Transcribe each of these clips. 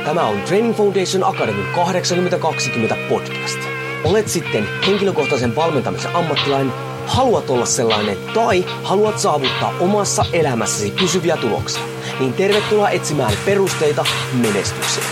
Tämä on Training Foundation Academy 8020 podcast. Olet sitten henkilökohtaisen valmentamisen ammattilainen, haluat olla sellainen tai haluat saavuttaa omassa elämässäsi pysyviä tuloksia, niin tervetuloa etsimään perusteita menestykseen.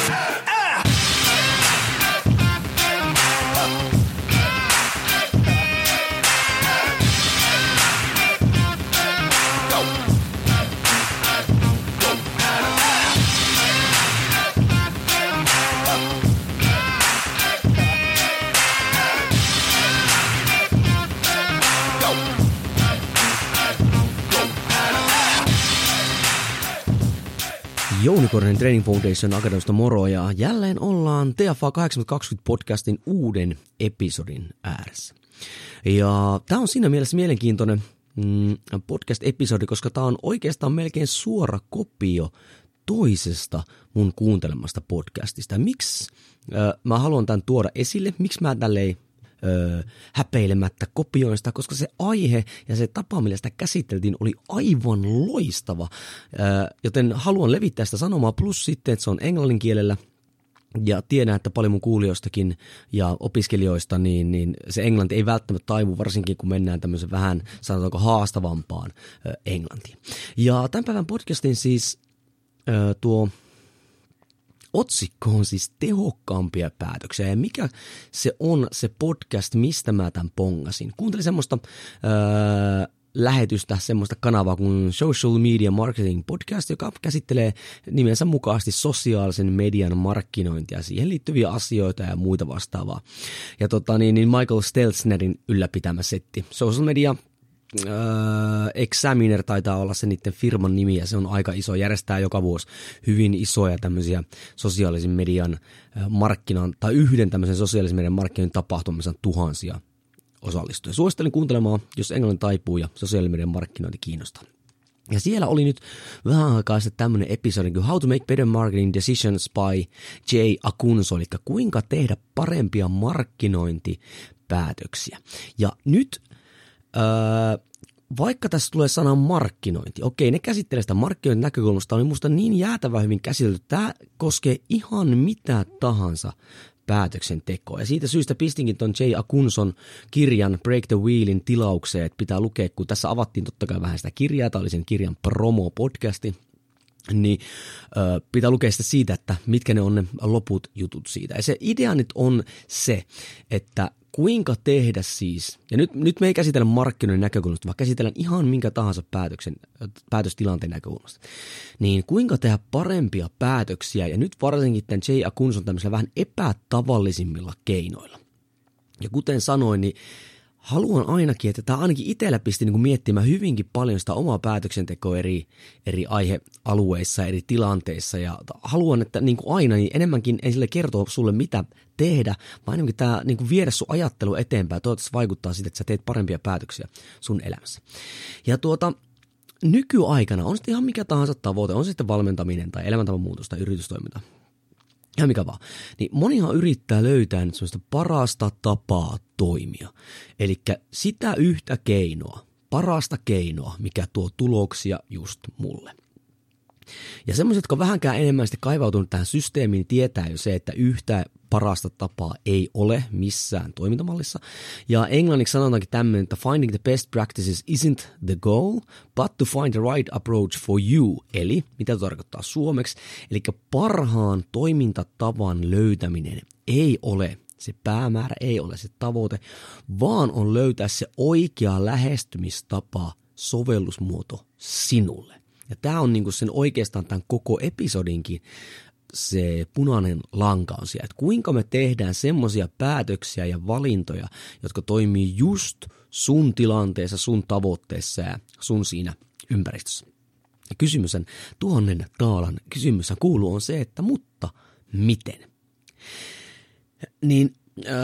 Jouni Korhonen Training Foundation Academysta moro ja jälleen ollaan TFA 8020 podcastin uuden episodin ääressä. Ja tää on siinä mielessä mielenkiintoinen podcast-episodi, koska tää on oikeastaan melkein suora kopio toisesta mun kuuntelemasta podcastista. Miksi mä haluan tän tuoda esille? Miksi mä tälleen häpeilemättä kopioin sitä, koska se aihe ja se tapa, millä sitä käsiteltiin, oli aivan loistava, joten haluan levittää sitä sanomaa, plus sitten, että se on englannin kielellä, ja tiedän, että paljon mun kuulijoistakin ja opiskelijoista, niin se englanti ei välttämättä taivu, varsinkin kun mennään tämmöisen vähän, sanotaanko, haastavampaan englantiin. Ja tämän päivän podcastin siis tuo otsikko on siis tehokkaampia päätöksiä, ja mikä se on se podcast, mistä mä tämän pongasin. Kuuntelin semmoista lähetystä, semmoista kanavaa kuin Social Media Marketing Podcast, joka käsittelee nimensä mukaisesti sosiaalisen median markkinointia, siihen liittyviä asioita ja muita vastaavaa. Ja Michael Stelznerin ylläpitämä setti. Social Media Examiner taitaa olla se niiden firman nimi, ja se on aika iso, järjestää joka vuosi hyvin isoja tämmöisiä sosiaalisen median markkinan, tai yhden tämmöisen sosiaalisen median markkinoinnin tapahtumissa tuhansia osallistujia. Suosittelen kuuntelemaan, jos englannin taipuu ja sosiaalisen median markkinointi kiinnostaa. Ja siellä oli nyt vähän aikaa sitten tämmöinen episodi kuin How to Make Better Marketing Decisions by Jay Acunzo, eli kuinka tehdä parempia markkinointipäätöksiä. Ja nyt vaikka tässä tulee sana markkinointi, okei, ne käsittelee sitä markkinointin näkökulmasta, on musta niin jäätävän hyvin käsitelty, tämä koskee ihan mitä tahansa päätöksentekoa. Ja siitä syystä pistinkin ton Jay Acunzon kirjan Break the Wheelin tilaukseen, että pitää lukea, kun tässä avattiin totta kai vähän sitä kirjaa, tämä oli sen kirjan promo-podcasti, niin pitää lukea sitä siitä, että mitkä ne on ne loput jutut siitä. Ja se idea nyt on se, että kuinka tehdä siis, ja nyt me ei käsitellä markkinoiden näkökulmasta, vaan käsitellään ihan minkä tahansa päätöstilanteen näkökulmasta. Niin kuinka tehdä parempia päätöksiä, ja nyt varsinkin tämän Jay Acunzon tämmöisillä vähän epätavallisimmilla keinoilla. Ja kuten sanoin, niin haluan ainakin, että tämä ainakin itsellä pisti niin miettimään hyvinkin paljon sitä omaa päätöksentekoa eri aihealueissa, eri tilanteissa, ja haluan, että niin kuin aina niin enemmänkin ei sille kertoa sulle mitä tehdä, vaan enemmänkin tämä niin viedä sun ajattelu eteenpäin, toivottavasti vaikuttaa siitä, että sä teet parempia päätöksiä sun elämässä. Ja nykyaikana on sitten ihan mikä tahansa tavoite, on sitten valmentaminen tai elämäntavan muutos tai yritystoiminta, ihan mikä vaan, niin monihan yrittää löytää nyt sellaista parasta tapaa toimia. Eli sitä yhtä keinoa, parasta keinoa, mikä tuo tuloksia just mulle. Ja semmoiset, jotka vähänkään enemmän sitten kaivautunut tähän systeemiin, tietää jo se, että yhtä parasta tapaa ei ole missään toimintamallissa. Ja englanniksi sanotaankin tämmöinen, että finding the best practices isn't the goal, but to find the right approach for you. Eli, mitä tarkoittaa suomeksi, eli parhaan toimintatavan löytäminen ei ole se päämäärä, ei ole se tavoite, vaan on löytää se oikea lähestymistapa, sovellusmuoto sinulle. Ja tämä on niinku sen oikeastaan tämän koko episodinkin se punainen lanka on siellä, että kuinka me tehdään semmoisia päätöksiä ja valintoja, jotka toimii just sun tilanteessa, sun tavoitteessa ja sun siinä ympäristössä. Ja kysymyshän, 1000 taalan kysymyshän kuuluu on se, että mutta miten? Niin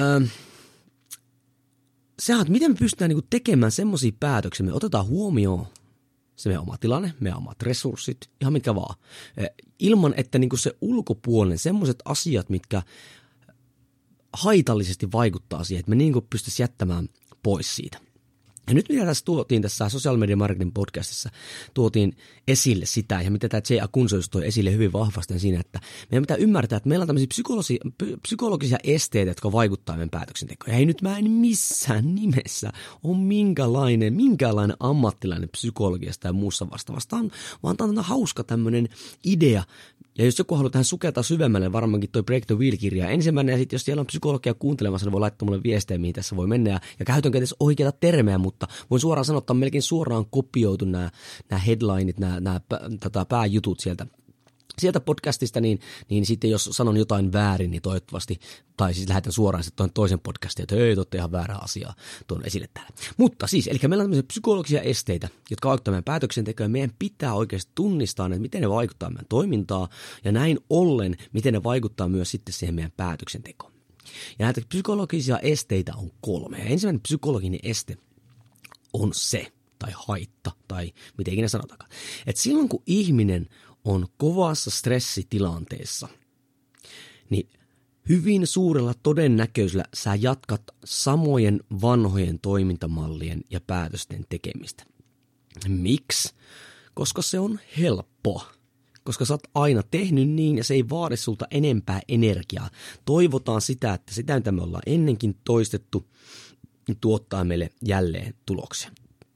sehän, että miten me pystytään niinku tekemään semmoisia päätöksiä, me otetaan huomioon se meidän oma tilanne, meidän omat resurssit, ihan mitkä vaan. Ilman, että niinku se ulkopuolinen, semmoiset asiat, mitkä haitallisesti vaikuttaa siihen, että me niinku pystyisi jättämään pois siitä. Ja nyt mitä tässä tuotiin tässä Social Media Marketing podcastissa, tuotiin esille sitä, ja mitä tämä Jay Acunzo toi esille hyvin vahvasti siinä, että meidän pitää ymmärtää, että meillä on tämmöisiä psykologisia esteitä, jotka vaikuttaa meidän päätöksentekoon. Ja ei nyt mä en missään nimessä ole minkäänlainen ammattilainen psykologiasta ja muussa vastaavasta, vaan tämä on hauska tämmöinen idea. Ja jos joku haluaa tähän sukeltaa syvemmälle, varmaankin toi Break the Wheel-kirja ensimmäinen, ja sitten jos siellä on psykologia kuuntelemassa, niin voi laittaa mulle viestejä, mihin tässä voi mennä, ja käytän edes oikeita termejä, mutta voin suoraan sanoa, että on melkein suoraan kopioitu nämä headlineit, nämä pääjutut sieltä podcastista, niin sitten jos sanon jotain väärin, niin toivottavasti, tai siis lähetän suoraan sitten toisen podcastin, että ei, totta ihan väärää asiaa tuon esille täällä. Mutta siis, eli meillä on tämmöisiä psykologisia esteitä, jotka vaikuttavat meidän päätöksentekoon, ja meidän pitää oikeasti tunnistaa, että miten ne vaikuttaa meidän toimintaan, ja näin ollen, miten ne vaikuttaa myös sitten siihen meidän päätöksentekoon. Ja näitä psykologisia esteitä on 3, ja ensimmäinen psykologinen este on se, tai haitta, tai miten ikinä sanotaankaan, että silloin kun ihminen on kovassa stressitilanteessa, niin hyvin suurella todennäköisyydellä sä jatkat samojen vanhojen toimintamallien ja päätösten tekemistä. Miksi? Koska se on helppoa. Koska sä oot aina tehnyt niin ja se ei vaadi sulta enempää energiaa. Toivotaan sitä, että sitä mitä me ollaan ennenkin toistettu, tuottaa meille jälleen tuloksia.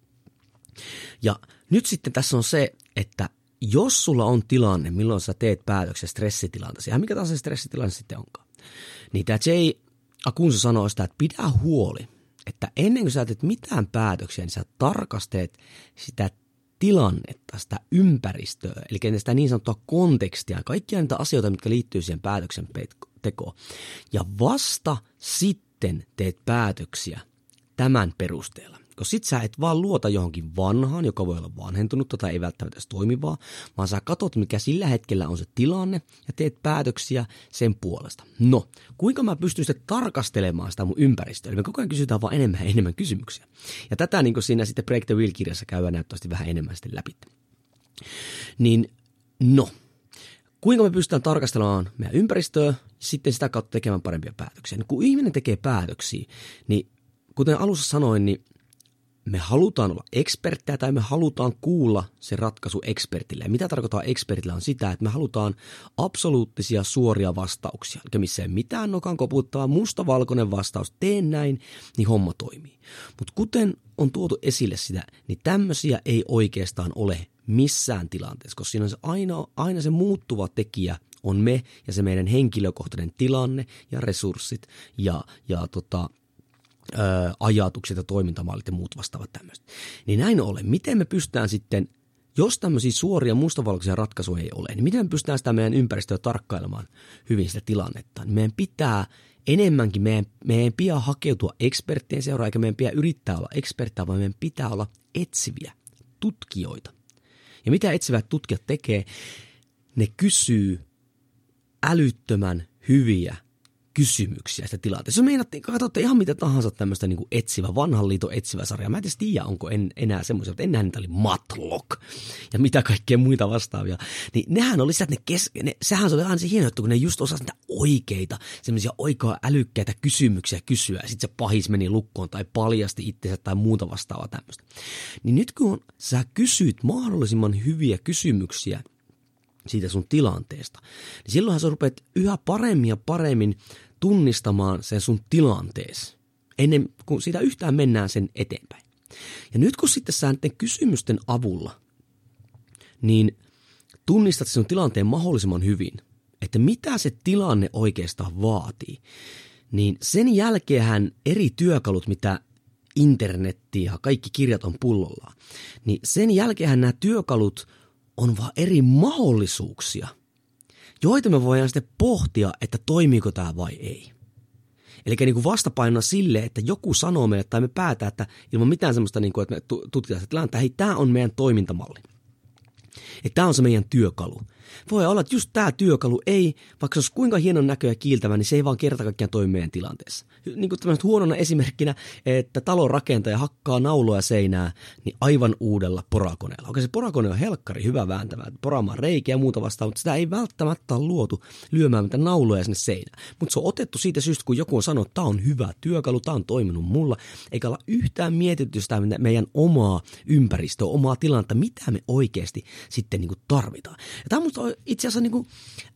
Ja nyt sitten tässä on se, että jos sulla on tilanne, milloin sä teet päätöksen stressitilanteessa, ja mikä taas se stressitilanne sitten onkaan, niin tämä Jay Acunzo sanoo sitä, että pidä huoli, että ennen kuin sä teet mitään päätöksiä, niin sä tarkastelet sitä tilannetta, sitä ympäristöä, eli sitä niin sanottua kontekstia, kaikkia niitä asioita, mitkä liittyy siihen päätöksentekoon, ja vasta sitten teet päätöksiä tämän perusteella. Koska sit sä et vaan luota johonkin vanhaan, joka voi olla vanhentunutta tai ei välttämättä edes toimivaa, vaan sä katot, mikä sillä hetkellä on se tilanne ja teet päätöksiä sen puolesta. No, kuinka mä pystyn sitten tarkastelemaan sitä mun ympäristöä? Eli me koko ajan kysytään vaan enemmän ja enemmän kysymyksiä. Ja tätä niin kuin siinä sitten Break the Wheel-kirjassa käydään näyttävästi vähän enemmän sitten läpi. Niin, no, kuinka me pystytään tarkastelemaan meidän ympäristöä ja sitten sitä kautta tekemään parempia päätöksiä? Niin kun ihminen tekee päätöksiä, niin kuten alussa sanoin, niin me halutaan olla eksperttejä tai me halutaan kuulla se ratkaisu ekspertille. Ja mitä tarkoittaa ekspertillä on sitä, että me halutaan absoluuttisia suoria vastauksia. Eli missä ei mitään nokan koputtavaa, mustavalkoinen vastaus, teen näin, niin homma toimii. Mutta kuten on tuotu esille sitä, niin tämmöisiä ei oikeastaan ole missään tilanteessa, koska siinä on se aina se muuttuva tekijä on me ja se meidän henkilökohtainen tilanne ja resurssit ja ajatukset ja toimintamallit ja muut vastaavat tämmöistä. Niin näin ollen, miten me pystytään sitten, jos tämmöisiä suoria mustavalkoisia ratkaisuja ei ole, niin miten me pystytään sitä meidän ympäristöä tarkkailemaan hyvin sitä tilannetta? Niin meidän pitää enemmänkin, meidän pitää hakeutua eksperttien seuraan, eikä meidän pitää yrittää olla eksperttejä, vaan meidän pitää olla etsiviä tutkijoita. Ja mitä etsivät tutkijat tekee? Ne kysyy älyttömän hyviä kysymyksiä sitä tilanteessa. Jos meinaat, katsotte ihan mitä tahansa tämmöistä niin kuin etsivä, vanhan liiton etsivä sarja. Mä en tiedä, onko enää semmoisia, mutta ennenhän niitä oli Matlock ja mitä kaikkea muita vastaavia. Niin nehän oli sitä, että sehän oli aina se hieno, että kun ne just osasi niitä oikeita, semmoisia oikea älykkäitä kysymyksiä kysyä, ja sitten se pahis meni lukkoon tai paljasti itsensä tai muuta vastaavaa tämmöistä. Niin nyt kun sä kysyt mahdollisimman hyviä kysymyksiä siitä sun tilanteesta, niin silloinhan sä rupeat yhä paremmin tunnistamaan sen sun tilanteesi, ennen kuin siitä yhtään mennään sen eteenpäin. Ja nyt kun sitten sä näiden kysymysten avulla, niin tunnistat sen tilanteen mahdollisimman hyvin, että mitä se tilanne oikeastaan vaatii, niin sen jälkeenhän eri työkalut, mitä internetti ja kaikki kirjat on pullollaan, niin sen jälkeenhän nämä työkalut on vaan eri mahdollisuuksia, joita me voidaan sitten pohtia, että toimiiko tämä vai ei. Eli niin kuin vastapainona sille, että joku sanoo meille tai me päätään, että ilman mitään semmoista, niin kuin, että me tutkitaan sitä tilannetta, hei, tämä on meidän toimintamalli. Tämä on se meidän työkalu. Voi olla, että just tämä työkalu ei, vaikka se olisi kuinka hienon näköä ja kiiltävä, niin se ei vaan kerta kaikkiaan toimi meidän tilanteessa. Niin kuin tämmöiset huonona esimerkkinä, että talon rakentaja hakkaa nauloja seinää, niin aivan uudella porakoneella. Okei, se porakone on helkkari, hyvä vääntävä, poraamaan reikiä ja muuta vastaan, mutta sitä ei välttämättä ole luotu lyömään mitään nauloja sinne seinään. Mutta se on otettu siitä syystä, kun joku on sanonut, että tämä on hyvä työkalu, tämä on toiminut mulla, eikä olla yhtään mietitty sitä meidän omaa ympäristöä, omaa tilannetta, mitä me oikeasti sitten niin kuin tarvitaan. Ja tämä on musta itse asiassa niin kuin,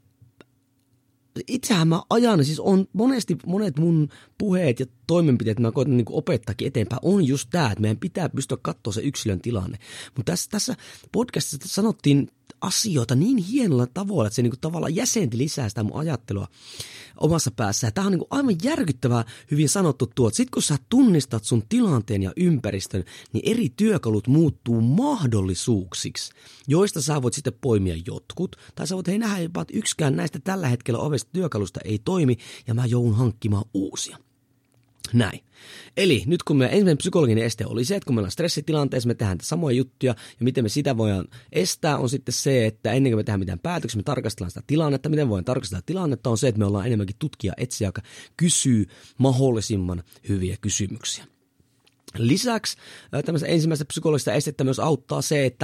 itsehän mä ajan, siis on monet mun puheet ja toimenpiteet, mä koitan niin kuin opettaakin eteenpäin, on just tämä, että meidän pitää pystyä katsoa se yksilön tilanne. Mutta tässä podcastissa sanottiin asioita niin hienolla tavalla, että se niin kuin tavallaan jäsenti lisää sitä mun ajattelua omassa päässä. Ja tämä on niin kuin aivan järkyttävää hyvin sanottu tuo, että sit kun sä tunnistat sun tilanteen ja ympäristön, niin eri työkalut muuttuu mahdollisuuksiksi, joista sä voit sitten poimia jotkut. Tai sä voit nähdä jopa, että yksikään näistä tällä hetkellä ovesta työkalusta ei toimi ja mä joudun hankkimaan uusia. Näin. Eli nyt kun meidän ensimmäinen psykologinen este oli se, että kun meillä on stressitilanteessa, me tehdään samoja juttuja ja miten me sitä voidaan estää on sitten se, että ennen kuin me tehdään mitään päätöksiä, me tarkastellaan sitä tilannetta. Miten voidaan tarkastella tilannetta on se, että me ollaan enemmänkin tutkija, etsijä, joka kysyy mahdollisimman hyviä kysymyksiä. Lisäksi tämmöistä ensimmäistä psykologista estettä myös auttaa se, että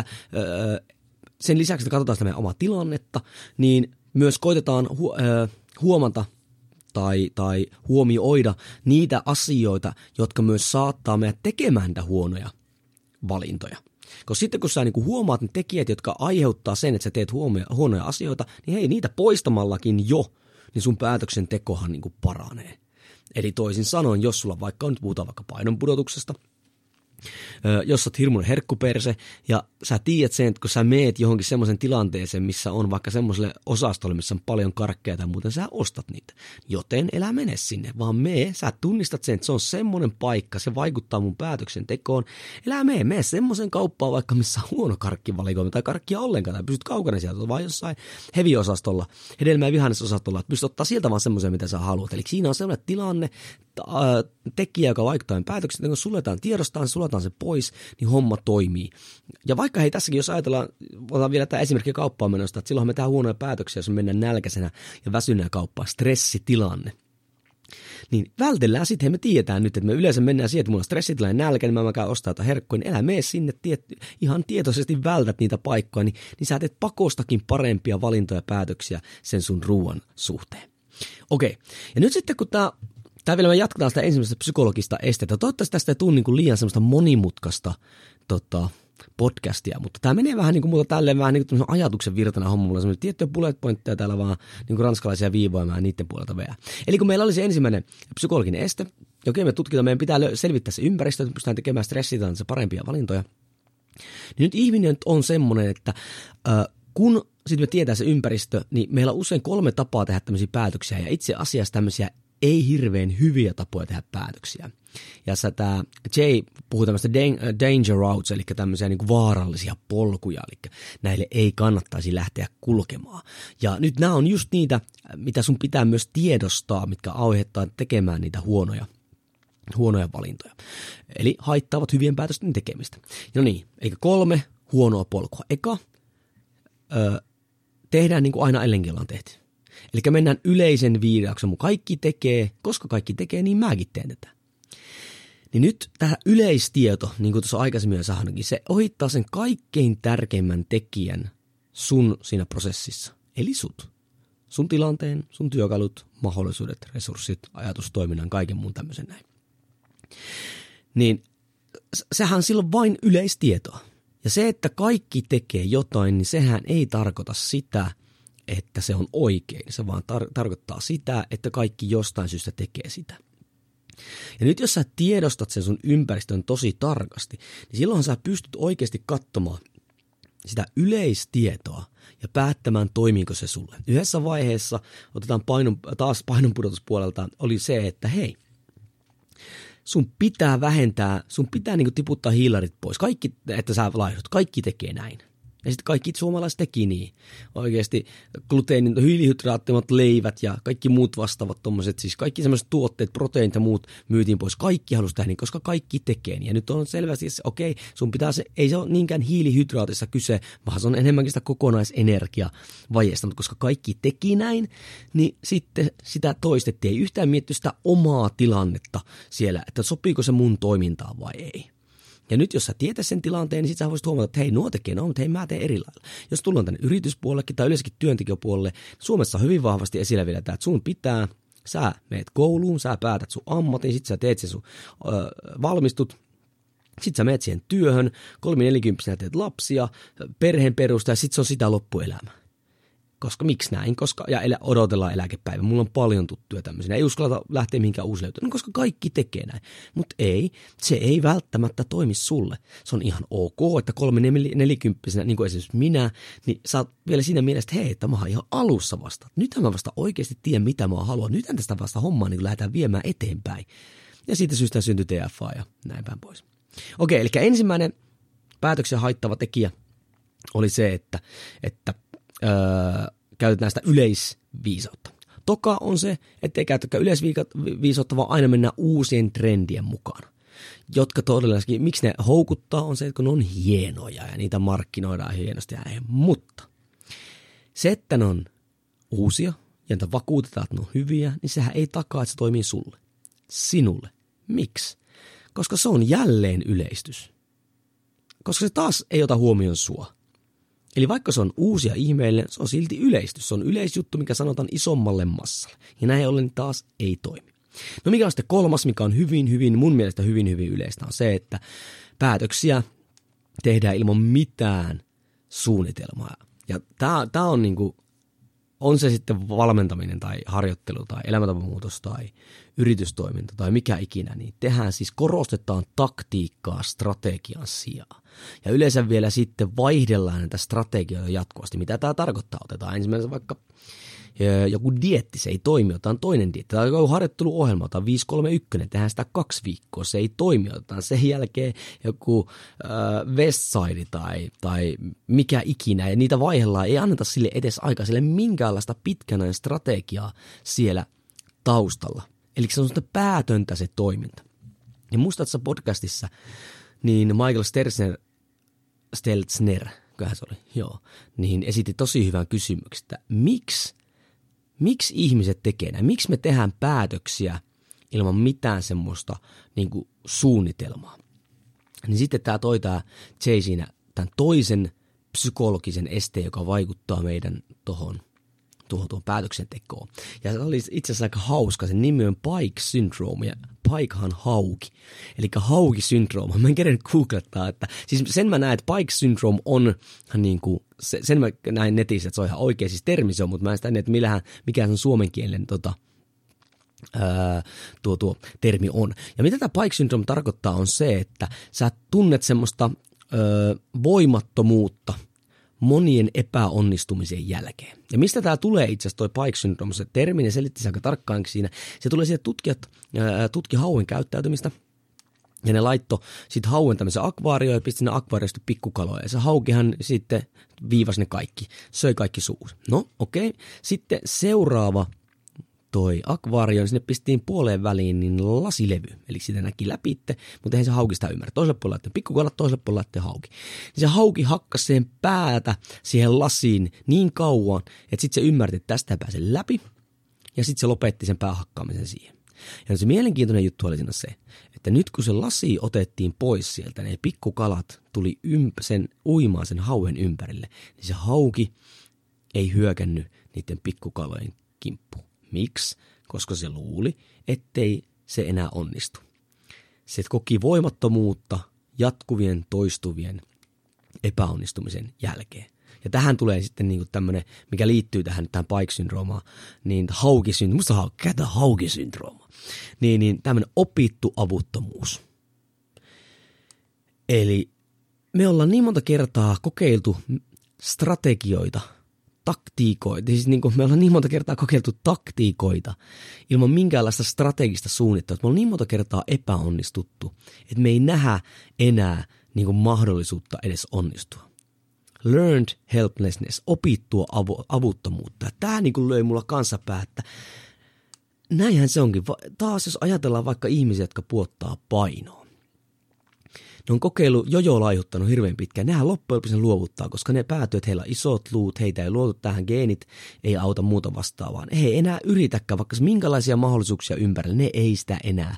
sen lisäksi, että katsotaan sitä meidän omaa tilannetta, niin myös koitetaan huomata tai huomioida niitä asioita, jotka myös saattaa meidät tekemään niitä huonoja valintoja. Koska sitten kun sä niin kuin huomaat ne tekijät, jotka aiheuttaa sen, että sä teet huonoja asioita, niin hei, niitä poistamallakin jo, niin sun päätöksentekohan niin kuin paranee. Eli toisin sanoen, jos sulla vaikka nyt puhutaan vaikka painonpudotuksesta, jos sä oot hirmuinen herkkuperse ja sä tiedät sen, että kun sä meet johonkin semmoisen tilanteeseen, missä on vaikka semmoiselle osastolle, missä on paljon karkkeja tai muuten, sä ostat niitä. Joten älä mene sinne, vaan sä tunnistat sen, että se on semmoinen paikka, se vaikuttaa mun päätöksentekoon. Älä mene semmoisen kauppaan vaikka, missä on huono karkkivalikoima tai karkkia ollenkaan, tai pystyt kaukana sieltä, vaan jossain heavy-osastolla, hedelmä- ja vihannesosastolla, että pystyt ottaa sieltä vaan semmoisen, mitä sä haluat. Eli siinä on semmoinen tilanne, tekijä, joka vaikuttaa päätöksentekoon, kun suljetaan tiedostaan, suljetaan se pois, niin homma toimii. Ja vaikka hei tässäkin, jos ajatellaan, otan vielä tämä esimerkki kauppaan menosta, että silloin me tehdään huonoja päätöksiä, jos me mennään nälkäisenä ja väsyneenä kauppaan, stressitilanne. Niin vältellään sitten, me tiedetään nyt, että me yleensä mennään siihen, että mulla on stressitilanne nälkä, niin mä käyn ostaa jotain herkkuja, niin älä mene sinne, ihan tietoisesti vältät niitä paikkoja, niin sä teet pakostakin parempia valintoja ja päätöksiä sen sun ruoan suhteen. Okei, ja nyt sitten kun Tämä vielä me jatketaan sitä ensimmäistä psykologista estettä. Toivottavasti tästä ei tule niin kuin liian semmoista monimutkaista podcastia, mutta tämä menee vähän niin kuin muuta tälleen vähän niin kuin ajatuksen virtana homma. Mulla on semmoisia tiettyjä bullet pointteja täällä vaan niin kuin ranskalaisia viivoja mä niiden puolelta veä. Eli kun meillä oli se ensimmäinen psykologinen este, me tutkitaan, meidän pitää selvittää se ympäristö, että pystytään tekemään stressitilanteessa parempia valintoja. Niin nyt ihminen on semmoinen, että kun sitten me tietää se ympäristö, niin meillä on usein 3 tapaa tehdä tämmöisiä päätöksiä ja itse asiassa tämmöisiä ei hirveän hyviä tapoja tehdä päätöksiä. Ja tämä Jay puhuu tämmöistä danger routes, eli tämmöisiä niin kuin vaarallisia polkuja, eli näille ei kannattaisi lähteä kulkemaan. Ja nyt nämä on just niitä, mitä sun pitää myös tiedostaa, mitkä aiheuttaa tekemään niitä huonoja valintoja. Eli haittaavat hyvien päätösten tekemistä. No niin, eli 3 huonoa polkua. Eka, tehdään niin kuin aina ennenkin ollaan tehty. Eli mennään yleisen viidauksen mukaan. Kaikki tekee, koska kaikki tekee, niin mäkin teen tätä. Niin nyt tämä yleistieto, niin kuin tuossa aikaisemmin jo sanoinkin, se ohittaa sen kaikkein tärkeimmän tekijän sun siinä prosessissa. Eli sut. Sun tilanteen, sun työkalut, mahdollisuudet, resurssit, ajatustoiminnan, kaiken muun tämmöisen näin. Niin sehän on silloin vain yleistietoa. Ja se, että kaikki tekee jotain, niin sehän ei tarkoita sitä, että se on oikein. Se vaan tarkoittaa sitä, että kaikki jostain syystä tekee sitä. Ja nyt jos sä tiedostat sen sun ympäristön tosi tarkasti, niin silloin sä pystyt oikeasti katsomaan sitä yleistietoa ja päättämään, toimiiko se sulle. Yhdessä vaiheessa, otetaan taas painonpudotuspuolelta, oli se, että hei, sun pitää vähentää, sun pitää niinku tiputtaa hiilarit pois. Kaikki, että sä laihdut, kaikki tekee näin. Ja sitten kaikki suomalaiset teki niin. Oikeasti gluteenin, hiilihydraattimat leivät ja kaikki muut vastaavat tommoset, siis kaikki sellaiset tuotteet, proteiinit ja muut myytiin pois. Kaikki halusi tehdä niin, koska kaikki tekee niin. Ja nyt on selvästi, että okei, sun pitää ei se ole niinkään hiilihydraatissa kyse, vaan se on enemmänkin sitä kokonaisenergiavajeesta. Mutta koska kaikki teki näin, niin sitten sitä toistettiin. Ei yhtään mietty sitä omaa tilannetta siellä, että sopiiko se mun toimintaan vai ei. Ja nyt jos sä tietäisi sen tilanteen, niin sit sä voisit huomata, että hei, nuo tekee, mutta hei, mä teen eri lailla. Jos tullaan tänne yrityspuolellekin tai yleensäkin työntekijäpuolelle, Suomessa on hyvin vahvasti esillä vielä tämä, että sun pitää, sä meet kouluun, sä päätät sun ammatin, sit sä teet sen sun, valmistut, sit sä meet siihen työhön, 3-40 teet lapsia, perheen perusta ja sit se on sitä loppuelämä. Koska miksi näin? Ja odotellaan eläkepäivä. Mulla on paljon tuttuja tämmöisiä. Ei uskalleta lähteä mihinkään uusi löytyä. No, koska kaikki tekee näin. Mutta ei, se ei välttämättä toimi sulle. Se on ihan ok, että 3-40, niin kuin esimerkiksi minä, niin sä oot vielä siinä mielessä, että hei, että mä oon ihan alussa vasta. Nythän mä vasta oikeasti tiedän, mitä mä haluan. Nythän tästä vasta hommaa niin lähdetään viemään eteenpäin. Ja siitä syystä syntyi TFA ja näin päin pois. Okei, eli ensimmäinen päätöksen haittava tekijä oli se, että käytetään sitä yleisviisautta. Toka on se, ettei käytetäkään yleisviisautta, vaan aina mennään uusien trendien mukaan. Jotka todellakin, miksi ne houkuttaa, on se, että kun ne on hienoja ja niitä markkinoidaan hienosti. Mutta se, että ne on uusia ja niitä vakuutetaan, että ne on hyviä, niin sehän ei takaa, että se toimii sulle. Sinulle. Miksi? Koska se on jälleen yleistys. Koska se taas ei ota huomioon sua. Eli vaikka se on uusi ja ihmeellinen, se on silti yleistys. Se on yleisjuttu, mikä sanotaan isommalle massalle. Ja näin ollen taas ei toimi. No mikä on sitten kolmas, mikä on mun mielestä hyvin yleistä, on se, että päätöksiä tehdään ilman mitään suunnitelmaa. Ja tää on niinku, on se sitten valmentaminen tai harjoittelu tai elämäntapamuutos tai yritystoiminta tai mikä ikinä, niin korostetaan taktiikkaa strategian sijaan. Ja yleensä vielä sitten vaihdellaan näitä strategioita jatkuvasti. Mitä tämä tarkoittaa? Otetaan ensimmäisenä vaikka joku dieetti, se ei toimi, otetaan toinen dieetti. Tai joku harjoitteluohjelma, otetaan 5-3-1, tehdään sitä 2 viikkoa, se ei toimi. Otetaan sen jälkeen joku Westside tai mikä ikinä, ja niitä vaihdellaan, ei anneta sille edes aikaa, sille minkäänlaista pitkänä strategiaa siellä taustalla. Eli se on sitä päätöntä se toiminta. Ja muistatko podcastissa, niin Michael Stelzner, kyllähän se oli, joo, niin esitti tosi hyvän kysymyksen, että miksi ihmiset tekee näin? Miksi me tehdään päätöksiä ilman mitään semmoista niin kuin suunnitelmaa? Niin sitten tämä toi Jay siinä tämän toisen psykologisen esteen, joka vaikuttaa meidän tuohon päätöksentekoon. Ja se oli itse asiassa aika hauska. Sen nimi on Pike Syndrome, ja Pikehan hauki. Eli hauki syndrooma. Mä en kerran googlettaa, että siis sen mä näen, että Pike Syndrome on niin kuin, sen mä näin netissä, että se on ihan oikea siis termi se on, mutta mä en sitä näe, että mikä sen suomenkielinen tuo termi on. Ja mitä tämä Pike Syndrome tarkoittaa on se, että sä tunnet semmoista voimattomuutta monien epäonnistumisen jälkeen. Ja mistä tämä tulee itse asiassa toi Pike Syndrome, se termi, ne selitti se aika tarkkaankin siinä. Se tulee siitä, tutkijat tutki hauen käyttäytymistä, ja ne laittoi sitten hauen tämmöisen akvaarioon ja pisti sinne akvaariosta pikkukaloja. Ja se haukihan sitten viivasi ne kaikki, söi kaikki suus. No okei, sitten seuraava toi akvaario, niin sinne pistiin puoleen väliin niin lasilevy. Eli sitä näki läpi, mutta eihän se hauki sitä ymmärrä. Toiselle puolelle laittoi pikkukalat, toiselle puolelle laittoi hauki. Niin se hauki hakkasi siihen päätä siihen lasiin niin kauan, että sitten se ymmärti, että tästä ei pääse läpi. Ja sitten se lopetti sen päähakkaamisen siihen. Ja se mielenkiintoinen juttu oli siinä se, että nyt kun se lasi otettiin pois sieltä, ne pikkukalat tuli uimaan sen hauen ympärille, niin se hauki ei hyökännyt niiden pikkukalojen kimppuun. Miksi? Koska se luuli, ettei se enää onnistu. Se koki voimattomuutta jatkuvien toistuvien epäonnistumisen jälkeen. Ja tähän tulee sitten niinku tämmöinen, mikä liittyy tähän Pike-syndroomaan, niin haukisyndrooma. Musta haukisyndrooma. Niin tämmöinen opittu avuttomuus. Eli me ollaan niin monta kertaa kokeiltu strategioita, taktiikoita, siis niin kuin me ollaan niin monta kertaa kokeiltu taktiikoita ilman minkäänlaista strategista suunnittelua. Me ollaan niin monta kertaa epäonnistuttu, että me ei nähdä enää niin kuin mahdollisuutta edes onnistua. learned helplessness, opittua avuttomuutta. Ja tää niin kuin löi mulla kanssa päättä. Näinhän se onkin. Taas jos ajatellaan vaikka ihmisiä, jotka puottaa painoa. Ne on kokeillut jojo-laihuttanut hirveän pitkään. Nehän loppujen lopuksi luovuttaa, koska ne päätyy, että heillä on isot luut, heitä ei luotu tähän, geenit ei auta muuta vastaavaan. He ei enää yritäkään, vaikka minkälaisia mahdollisuuksia ympärillä, ne ei sitä enää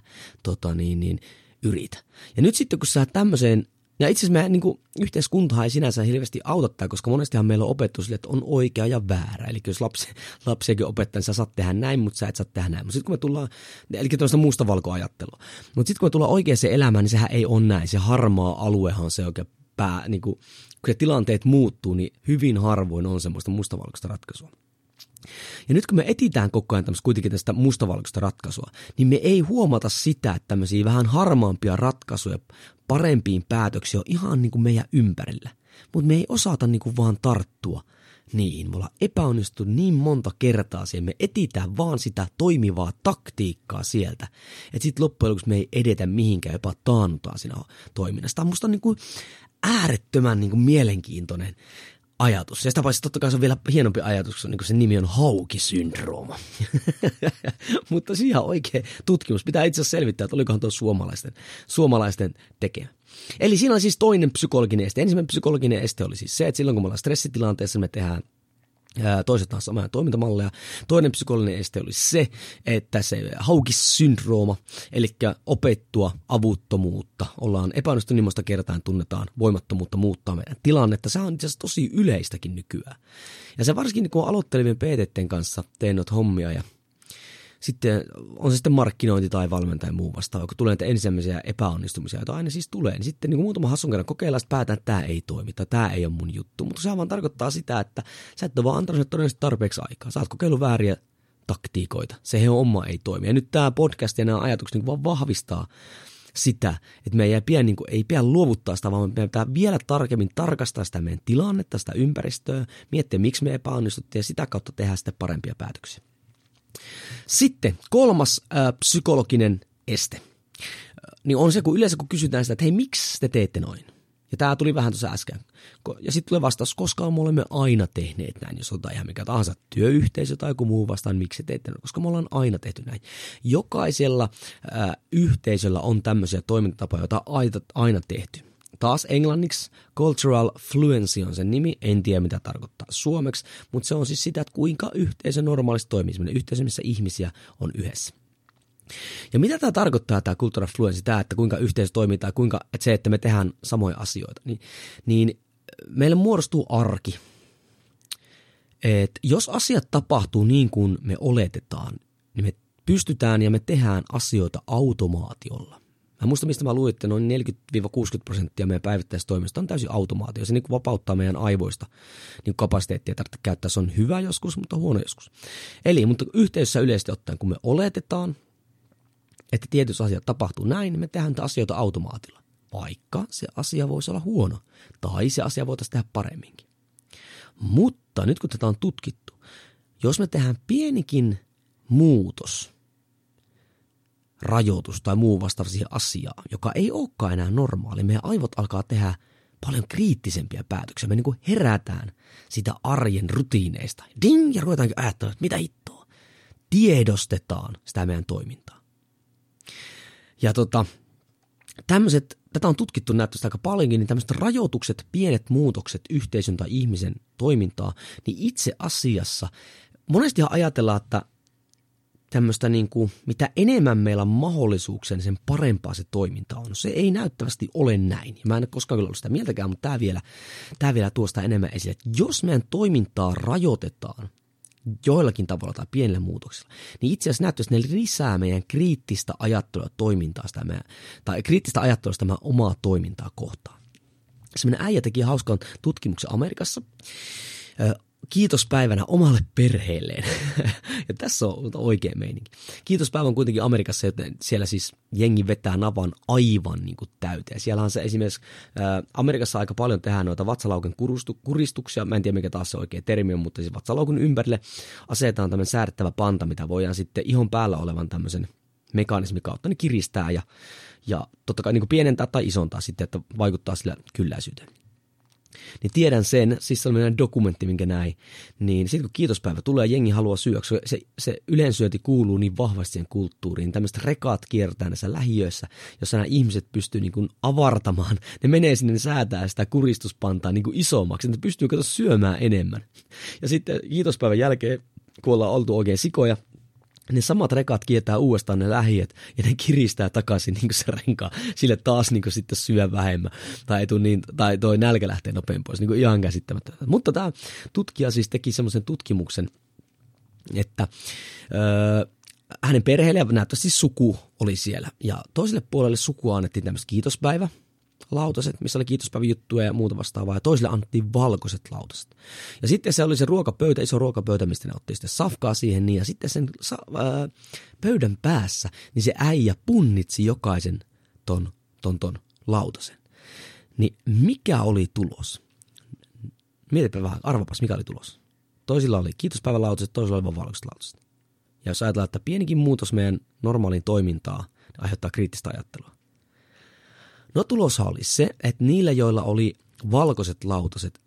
yritä. Ja nyt sitten kun sä tämmöiseen, ja itse asiassa niin yhteiskuntahan ei sinänsä hirveästi auttaa, koska monestihan meillä on opettu sille, että on oikea ja väärä. Eli jos lapsiakin opettaa, niin sä saat tehdä näin, mutta sä et saa tehdä näin. Mutta sitten kun me tullaan, eli tuollaista mustavalkoajattelua. Mutta sitten kun me tullaan oikeaan elämään, niin sehän ei ole näin. Se harmaa aluehan on se oikein niin kun ne tilanteet muuttuu, niin hyvin harvoin on semmoista mustavalkoista ratkaisua. Ja nyt kun me etsitään koko ajan kuitenkin tästä mustavalkoista ratkaisua, niin me ei huomata sitä, että tämmöisiä vähän harmaampia ratkaisuja parempiin päätöksiin on ihan niin kuin meidän ympärillä. Mutta me ei osata niin kuin vaan tarttua niihin. Me ollaan epäonnistunut niin monta kertaa siihen. Me etsitään vaan sitä toimivaa taktiikkaa sieltä, että sitten loppujen lopuksi me ei edetä mihinkään, jopa taannutaan siinä toiminnassa. Tämä on musta niin kuin äärettömän niin kuin mielenkiintoinen ajatus. Ja sitä paitsi totta kai se on vielä hienompi ajatus, niin kuin sen nimi on Hauki-syndrooma. Mutta siihen oikea tutkimus pitää itse asiassa selvittää, että olikohan tuo suomalaisten tekemä. Eli siinä on siis toinen psykologinen este. Ensimmäinen psykologinen este oli siis se, että silloin kun me ollaan stressitilanteessa, me tehdään toiset taas samaa toimintamalleja. Toinen psykologinen este oli se, että se Hauki-syndrooma, eli opettua avuttomuutta, ollaan epäonnistunut niin monta kertaa, tunnetaan voimattomuutta muuttaa meidän tilannetta. Se on itse asiassa tosi yleistäkin nykyään. Ja se varsinkin kun aloittelevien PT:n kanssa teen noita hommia ja sitten on se sitten markkinointi tai valmentaja muu vastaava, kun tulee näitä ensimmäisiä epäonnistumisia, joita aina siis tulee, niin sitten niin muutama hassun kerran kokeillaan, että päätään, että tämä ei toimi tai tämä ei ole mun juttu. Mutta se vaan tarkoittaa sitä, että sä et ole vaan antanut sille todennäköisesti tarpeeksi aikaa. Sä oot kokeillut vääriä taktiikoita. Se he oma ei toimi. Ja nyt tämä podcast ja nämä ajatukset niin vaan vahvistaa sitä, että me ei pidä luovuttaa sitä, vaan me pitää vielä tarkemmin tarkastaa sitä meidän tilannetta, sitä ympäristöä, miettiä miksi me epäonnistuttiin ja sitä kautta tehdä sitten parempia päätöksiä. Sitten kolmas psykologinen este, niin on se, kun yleensä kun kysytään sitä, että hei, miksi te teette noin? Ja tämä tuli vähän tuossa äsken. Ja sitten tulee vastaus, koska me olemme aina tehneet näin, jos otetaan ihan mikä tahansa työyhteisö tai joku muu vastaan, miksi te teette näin, koska me ollaan aina tehty näin. Jokaisella yhteisöllä on tämmöisiä toimintatapoja, joita on aina tehty. Taas englanniksi cultural fluency on sen nimi, en tiedä mitä tarkoittaa suomeksi, mutta se on siis sitä, että kuinka yhteisö normaalisti toimii, sellainen yhteisö, missä ihmisiä on yhdessä. Ja mitä tämä tarkoittaa, tämä cultural fluency, tämä, että kuinka yhteisö toimii tai kuinka, että se, että me tehdään samoja asioita, niin meille muodostuu arki. Et jos asiat tapahtuu niin kuin me oletetaan, niin me pystytään ja me tehdään asioita automaatiolla. Mä muistan, mistä mä luin, että noin 40-60% meidän päivittäistoimista on täysin automaatio. Se niin kuin vapauttaa meidän aivoista niin kapasiteettia tarvitse käyttää. Se on hyvä joskus, mutta huono joskus. Eli, mutta yhteisössä yleisesti ottaen, kun me oletetaan, että tietyt asiat tapahtuu näin, niin me tehdään niitä asioita automaatilla. Vaikka se asia voisi olla huono, tai se asia voitaisiin tehdä paremminkin. Mutta nyt kun tätä on tutkittu, jos me tehdään pienikin muutos, rajoitus tai muu vastaava siihen asiaan, joka ei olekaan enää normaali. Meidän aivot alkaa tehdä paljon kriittisempiä päätöksiä. Me niin kuin herätään sitä arjen rutiineista. Ding! Ja ruvetaankin ajattelemaan, että mitä hittoa. Tiedostetaan sitä meidän toimintaa. Ja tätä on tutkittu näyttöstä aika paljonkin, niin tämmöiset rajoitukset, pienet muutokset yhteisön tai ihmisen toimintaa, niin itse asiassa monestihan ajatellaan, että tämmöistä niin kuin, mitä enemmän meillä on mahdollisuuksia, niin sen parempaa se toiminta on. Se ei näyttävästi ole näin. Ja mä en ole koskaan kyllä ollut sitä mieltäkään, mutta tämä vielä tuo sitä enemmän esille. Että jos meidän toimintaa rajoitetaan joillakin tavalla tai pienillä muutoksilla, niin itse asiassa näyttävästi ne lisää meidän kriittistä ajattelua toimintaa tai kriittistä ajattelua sitä meidän omaa toimintaa kohtaan. Semmoinen äijä teki hauskan tutkimuksen Amerikassa. Kiitospäivänä omalle perheelleen. Ja tässä on oikea meininki. Kiitospäivä on kuitenkin Amerikassa, joten siellä siis jengi vetää navan aivan niin kuin täyteen. Siellä on se esimerkiksi, Amerikassa aika paljon tehdään noita vatsalauken kuristuksia. Mä en tiedä mikä taas se oikea termi on, mutta siis vatsalaukun ympärille asetetaan tämmöinen säädettävä panta, mitä voidaan sitten ihon päällä olevan tämmöisen mekanismin kautta niin kiristää ja totta kai niin kuin pienentää tai isontaa sitten, että vaikuttaa sillä kylläisyyteen. niin tiedän sen, siis se on meidän dokumentti, minkä näin, niin sitten kun kiitospäivä tulee ja jengi haluaa syödä, se yleensyönti kuuluu niin vahvasti siihen kulttuuriin, tämmöiset rekaat kiertää näissä lähiöissä, jossa nämä ihmiset pystyy niin kuin avartamaan, ne menee sinne, ne säätää sitä kuristuspantaa niin kuin isommaksi, ne pystyy syömään enemmän. Ja sitten kiitospäivän jälkeen, kun ollaan oltu oikein sikoja, ne samat rekat kiertää uudestaan ne lähiöt ja ne kiristää takaisin niin se renkaa. Sille taas niin sitten syö vähemmän tai toi nälkä lähtee nopein pois. Niin ihan käsittämättä. Mutta tämä tutkija siis teki semmoisen tutkimuksen, että hänen perheelle ja näyttäisi siis suku oli siellä. Ja toiselle puolelle sukua annettiin tämmöiset kiitospäivälautaset, missä oli kiitospäiväjuttuja ja muuta vastaavaa, ja toisille annettiin valkoiset lautaset. Ja sitten se oli se ruokapöytä, iso ruokapöytä, mistä ne otti sitten safkaa siihen, niin, ja sitten sen pöydän päässä, niin se äijä punnitsi jokaisen ton lautasen. Niin mikä oli tulos? Mietipä vähän, arvapas mikä oli tulos. Toisilla oli kiitospäivälautaset, toisilla oli vaan valkoiset lautaset. Ja jos ajatellaan, että pienikin muutos meidän normaaliin toimintaan aiheuttaa kriittistä ajattelua. No tuloshan oli se, että niillä, joilla oli valkoiset lautaset,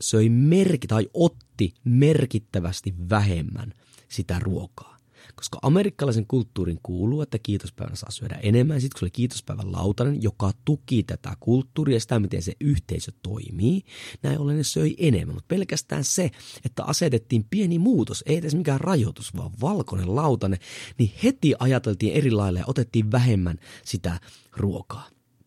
otti merkittävästi vähemmän sitä ruokaa. Koska amerikkalaisen kulttuurin kuuluu, että kiitospäivänä saa syödä enemmän. Sitten kun se oli kiitospäivän lautanen, joka tuki tätä kulttuuria ja sitä, miten se yhteisö toimii, näin ollen ne söi enemmän. Mutta pelkästään se, että asetettiin pieni muutos, ei edes mikään rajoitus, vaan valkoinen lautanen, niin heti ajateltiin eri lailla ja otettiin vähemmän sitä ruokaa.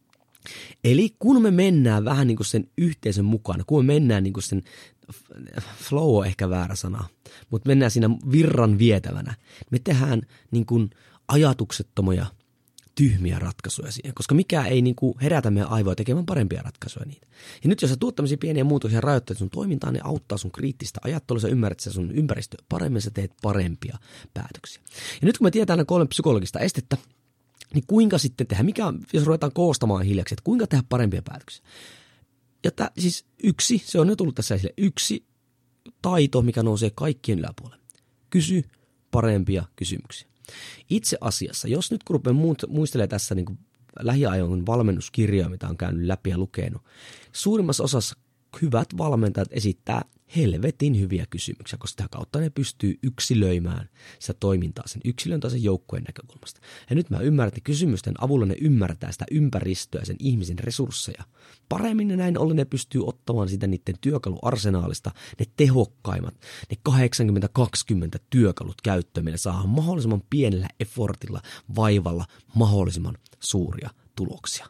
Eli kun me mennään vähän niin kuin sen yhteisön mukana, kun me mennään niin kuin sen, flow on ehkä väärä sana, mutta mennään siinä virran vietävänä, me tehdään niin kuin ajatuksettomia, tyhmiä ratkaisuja siihen, koska mikään ei niin kuin herätä meidän aivoja tekemään parempia ratkaisuja niitä. Ja nyt jos sä tuot tämmöisiä pieniä muutoksia ja rajoitteet sun toimintaan, ne auttaa sun kriittistä ajattelua, sä ymmärrät sun ympäristöä paremmin, sä teet parempia päätöksiä. Ja nyt kun me tiedetään nämä 3 psykologista estettä, niin kuinka sitten tehdä, jos ruvetaan koostamaan hiljaksi, että kuinka tehdä parempia päätöksiä. Ja siis se on nyt tullut tässä esille, yksi taito, mikä nousee kaikkien yläpuolelle. Kysy parempia kysymyksiä. Itse asiassa, jos nyt kun rupean muistelemaan tässä niin kuin lähiajoin valmennuskirjoja, mitä on käynyt läpi ja lukenut, suurimmassa osassa hyvät valmentajat esittää helvetin hyviä kysymyksiä, koska sitä kautta ne pystyy yksilöimään sitä toimintaa sen yksilön tai sen joukkueen näkökulmasta. Ja nyt mä ymmärrän, että kysymysten avulla ne ymmärtää sitä ympäristöä, sen ihmisen resursseja. Paremmin ne näin ollen ne pystyy ottamaan sitä niiden työkaluarsenaalista ne tehokkaimmat, ne 80-20 työkalut käyttöön. Meillä saadaan mahdollisimman pienellä effortilla, vaivalla mahdollisimman suuria tuloksia.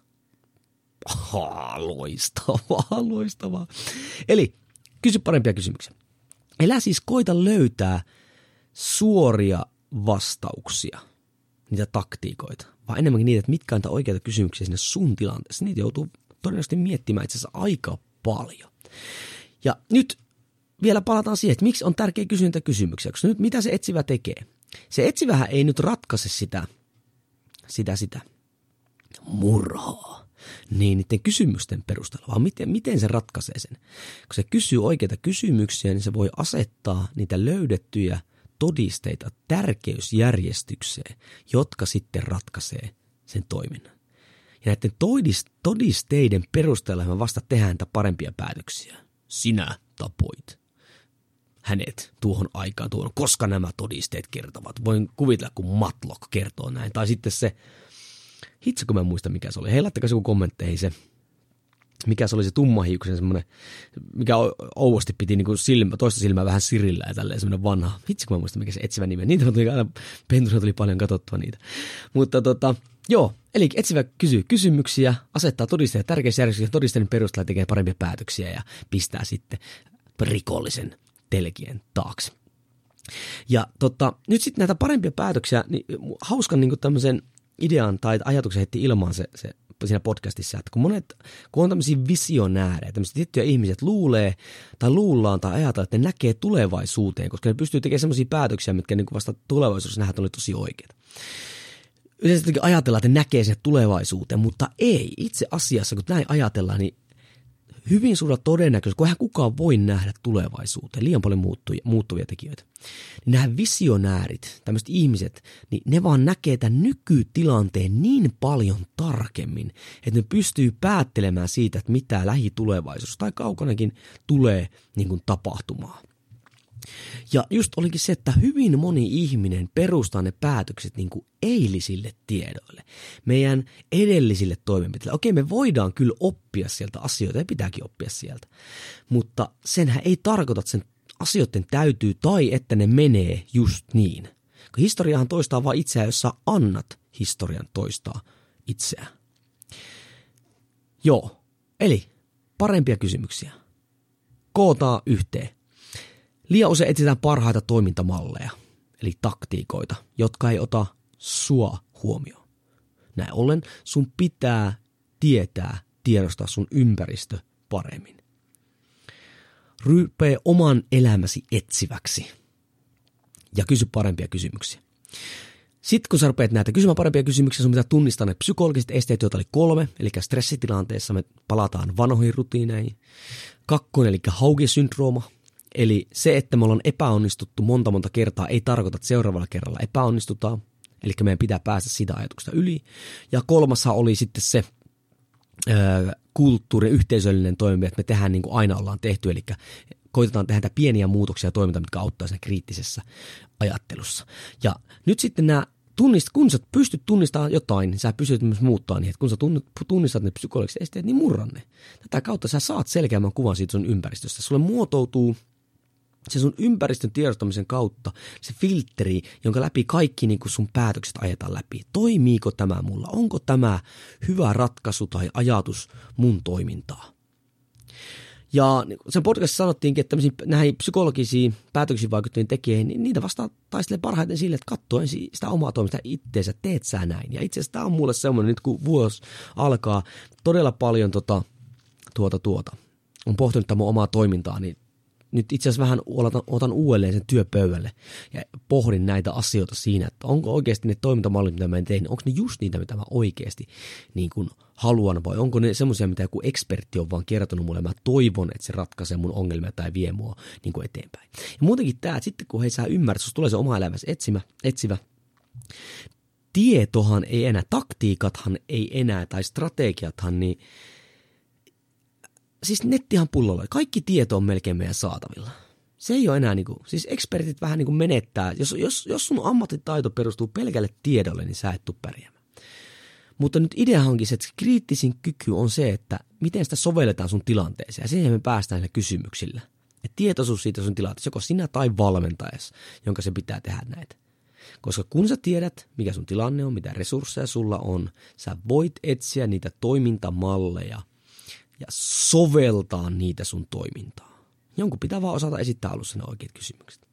Loistavaa. Eli kysy parempia kysymyksiä. Elä siis koita löytää suoria vastauksia, niitä taktiikoita, vaan enemmänkin niitä, että mitkä on niitä oikeita kysymyksiä sinne sun tilanteessa. Niitä joutuu todennäköisesti miettimään itse asiassa aika paljon. Ja nyt vielä palataan siihen, että miksi on tärkeää kysyä niitä kysymyksiä, koska nyt mitä se etsivä tekee? Se etsivähän ei nyt ratkaise sitä murhaa. Niin niiden kysymysten perusteella, vaan miten se ratkaisee sen. Kun se kysyy oikeita kysymyksiä, niin se voi asettaa niitä löydettyjä todisteita tärkeysjärjestykseen, jotka sitten ratkaisee sen toiminnan. Ja näiden todisteiden perusteella me vasta tehdään niitä parempia päätöksiä. Sinä tapoit hänet tuohon aikaan, koska nämä todisteet kertovat. Voin kuvitella, kun Matlock kertoo näin. Tai sitten se, hitsi kun mä en muista mikä se oli. Hei, laittakaa se kommentteihin se, mikä se oli se tummahiuksen semmoinen, mikä ouvosti piti niin kuin toista silmää vähän sirillä ja tälleen semmoinen vanha. Hitsi kun mä en muista mikä se etsivä nimi. Niitä tuli aina, pentuna tuli paljon katsottua niitä. Mutta joo, eli etsivä kysyy kysymyksiä, asettaa todisteita tärkeysjärjestykseen, todisteiden perusteella tekee parempia päätöksiä ja pistää sitten rikollisen telkien taakse. Ja nyt sitten näitä parempia päätöksiä, niin hauskan niin tämmöisen idean tai ajatuksen heitti ilmaan se siinä podcastissa, että kun on tämmöisiä visionäärejä, tämmöisiä tiettyjä ihmisiä, että luullaan tai ajatellaan, että ne näkee tulevaisuuteen, koska ne pystyy tekemään semmoisia päätöksiä, mitkä niin vasta tulevaisuudessa nähdään oli tosi oikeita. Yleensä ajatellaan, että ne näkee sen tulevaisuuteen, mutta ei. Itse asiassa, kun näin ajatellaan, niin hyvin suurella todennäköisesti, kun eihän kukaan voi nähdä tulevaisuuteen, liian paljon muuttuvia tekijöitä, niin nämä visionäärit, tämmöiset ihmiset, niin ne vaan näkee tämän nykytilanteen niin paljon tarkemmin, että ne pystyy päättelemään siitä, että mitä lähitulevaisuus tai kaukanakin tulee niin kuin tapahtumaan. Ja just olikin se, että hyvin moni ihminen perustaa ne päätökset niin kuin eilisille tiedoille, meidän edellisille toimenpiteille. Okei, me voidaan kyllä oppia sieltä asioita ja pitääkin oppia sieltä, mutta senhän ei tarkoita, että sen asioiden täytyy tai että ne menee just niin. Kun historiahan toistaa vaan itseään, jos sä annat historian toistaa itseään. Joo, eli parempia kysymyksiä. Kootaan yhteen. Liian usein etsitään parhaita toimintamalleja, eli taktiikoita, jotka ei ota sua huomioon. Näin ollen sun pitää tiedostaa sun ympäristö paremmin. Rupee oman elämäsi etsiväksi ja kysy parempia kysymyksiä. Sitten kun sä rupeat näitä kysymään parempia kysymyksiä, sun pitää tunnistaa ne psykologiset esteet, joita oli 3, eli stressitilanteessa me palataan vanhoihin rutiineihin. 2, eli haukisyndrooma. Eli se, että me ollaan epäonnistuttu monta kertaa, ei tarkoita, että seuraavalla kerralla epäonnistutaan. Eli meidän pitää päästä siitä ajatuksesta yli. Ja 3 oli sitten se kulttuurin yhteisöllinen toimenpide, että me tehdään niin kuin aina ollaan tehty. Eli koitetaan tehdä pieniä muutoksia ja toimintaa, mitkä auttaa siinä kriittisessä ajattelussa. Ja nyt sitten nämä kun sä pystyt tunnistamaan jotain, niin sä pystyt myös muuttaa niin, että kun sä tunnistat ne psykologiset esteet, niin murran ne. Tätä kautta sä saat selkeämmän kuvan siitä sun ympäristöstä. Sulle muotoutuu se sun ympäristön tiedostamisen kautta se filtteri, jonka läpi kaikki niin kuin sun päätökset ajetaan läpi. Toimiiko tämä mulla? Onko tämä hyvä ratkaisu tai ajatus mun toimintaa? Ja sen podcastissa sanottiinkin, että näihin psykologisiin päätöksiin vaikuttaviin tekijöihin, niin niitä vastaan taistelee parhaiten sille, että katsoo ensin sitä omaa toimintaa itseensä, teet sä näin. Ja itse asiassa tämä on mulle semmoinen, nyt kun vuosi alkaa, todella paljon on pohtinut tämän omaa toimintaa, niin nyt itse asiassa vähän otan uudelleen sen työpöydälle ja pohdin näitä asioita siinä, että onko oikeasti ne toimintamallit, mitä mä tein, onko ne just niitä, mitä mä oikeasti niin kuin haluan, vai onko ne semmoisia, mitä joku ekspertti on vaan kertonut mulle, mä toivon, että se ratkaisee mun ongelmia tai vie mua niin kuin eteenpäin. Ja muutenkin tämä, että sitten kun hei sä ymmärrät, jos tulee se oma elämässä etsivä, tietohan ei enää, taktiikathan ei enää, tai strategiathan, niin siis nettihan pullolla. Kaikki tieto on melkein meidän saatavilla. Se ei ole enää siis ekspertit vähän menettää. Jos sun ammattitaito perustuu pelkälle tiedolle, niin sä et tule pärjäämään. Mutta nyt ideahan onkin se, että kriittisin kyky on se, että miten sitä sovelletaan sun tilanteeseen. Ja siihen me päästään näillä kysymyksillä. Et tietoisuus siitä sun tilanteessa, joko sinä tai valmentajassa, jonka se pitää tehdä näitä. Koska kun sä tiedät, mikä sun tilanne on, mitä resursseja sulla on, sä voit etsiä niitä toimintamalleja ja soveltaa niitä sun toimintaa. Jonkun pitää vaan osata esittää alussa ne oikeat kysymykset.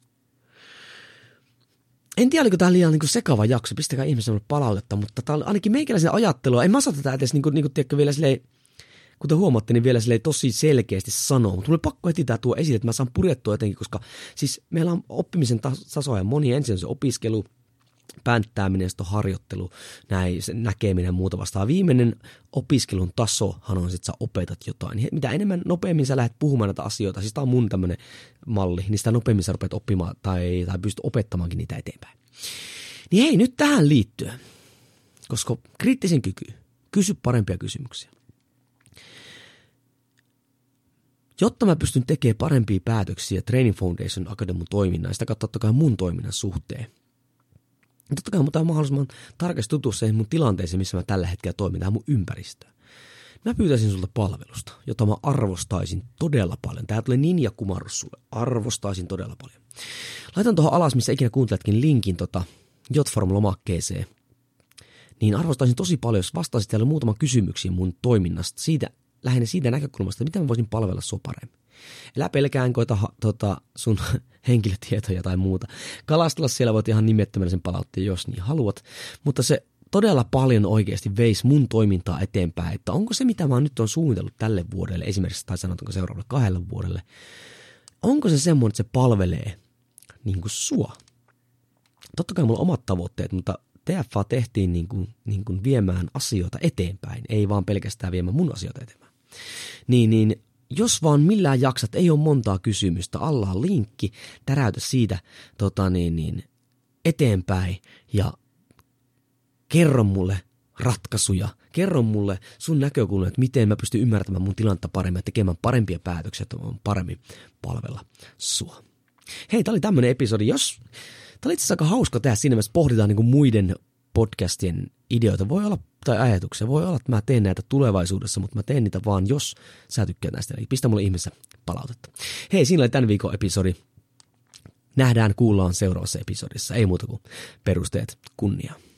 En tiedä, oliko tämä liian sekava jakso, pistäkää ihmisille palautetta, mutta tämä on ainakin meikäläisen ajattelua. En mä saa tätä edes tiedätkö, vielä silleen, kuten huomaatte, niin vielä silleen tosi selkeästi sanoa, mutta mulla oli pakko heti tämä tuo esille, että mä saan purettua jotenkin, koska siis meillä on oppimisen tasoja monia. Ensin on se opiskelu, pänttääminen, sitten harjoittelu, näkeminen ja muuta vastaan. Viimeinen opiskelun tasohan on, että sä opetat jotain. Mitä enemmän nopeammin sä lähdet puhumaan näitä asioita, siis tämä on mun tämmöinen malli, niin sitä nopeammin sä rupeat oppimaan tai pystyt opettamaankin niitä eteenpäin. Niin hei, nyt tähän liittyen, koska kriittisen kyky, kysy parempia kysymyksiä. Jotta mä pystyn tekemään parempia päätöksiä Training Foundation Academy toiminnan, sitä kautta totta kai mun toiminnan suhteen. Totta kai mun on mahdollisimman tarkasti tutustua siihen mun tilanteeseen, missä mä tällä hetkellä toimin, tähän mun ympäristöön. Mä pyytäisin sulta palvelusta, jota mä arvostaisin todella paljon. Tää tulee ninja kumarrus sulle. Arvostaisin todella paljon. Laitan tuohon alas, missä ikinä kuunteletkin linkin Jotform-lomakkeeseen. Niin arvostaisin tosi paljon, jos vastaisit teille muutaman kysymyksiin mun toiminnasta. Lähinnä siitä näkökulmasta, mitä mä voisin palvella sua paremmin. Älä pelkään koita sun henkilötietoja tai muuta. Kalastella siellä voit ihan nimettömällä sen palautteen, jos niin haluat. Mutta se todella paljon oikeasti veisi mun toimintaa eteenpäin, että onko se, mitä mä nyt on suunnitellut tälle vuodelle, esimerkiksi tai sanotaanko seuraavalle 2 vuodelle, onko se semmoinen, että se palvelee niin kuin sua? Totta kai mulla on omat tavoitteet, mutta TFA tehtiin niin kuin viemään asioita eteenpäin, ei vaan pelkästään viemään mun asioita eteenpäin. Niin jos vaan millään jaksat, ei ole montaa kysymystä, alla on linkki, täräytä siitä eteenpäin ja kerro mulle ratkaisuja, kerro mulle sun näkökulma, että miten mä pystyn ymmärtämään mun tilannetta paremmin ja tekemään parempia päätöksiä, että mä paremmin palvella sua. Hei, tää oli tämmönen episodi, tää oli itse asiassa aika hauska tehdä siinä, että pohditaan niin kuin muiden podcastien ideoita, voi olla, tai ajatuksia, voi olla, että mä teen näitä tulevaisuudessa, mutta mä teen niitä vaan, jos sä tykkäät näistä, eli pistä mulle ihmeessä palautetta. Hei, siinä oli tämän viikon episodi. Nähdään, kuullaan seuraavassa episodissa, ei muuta kuin perusteet kunniaan.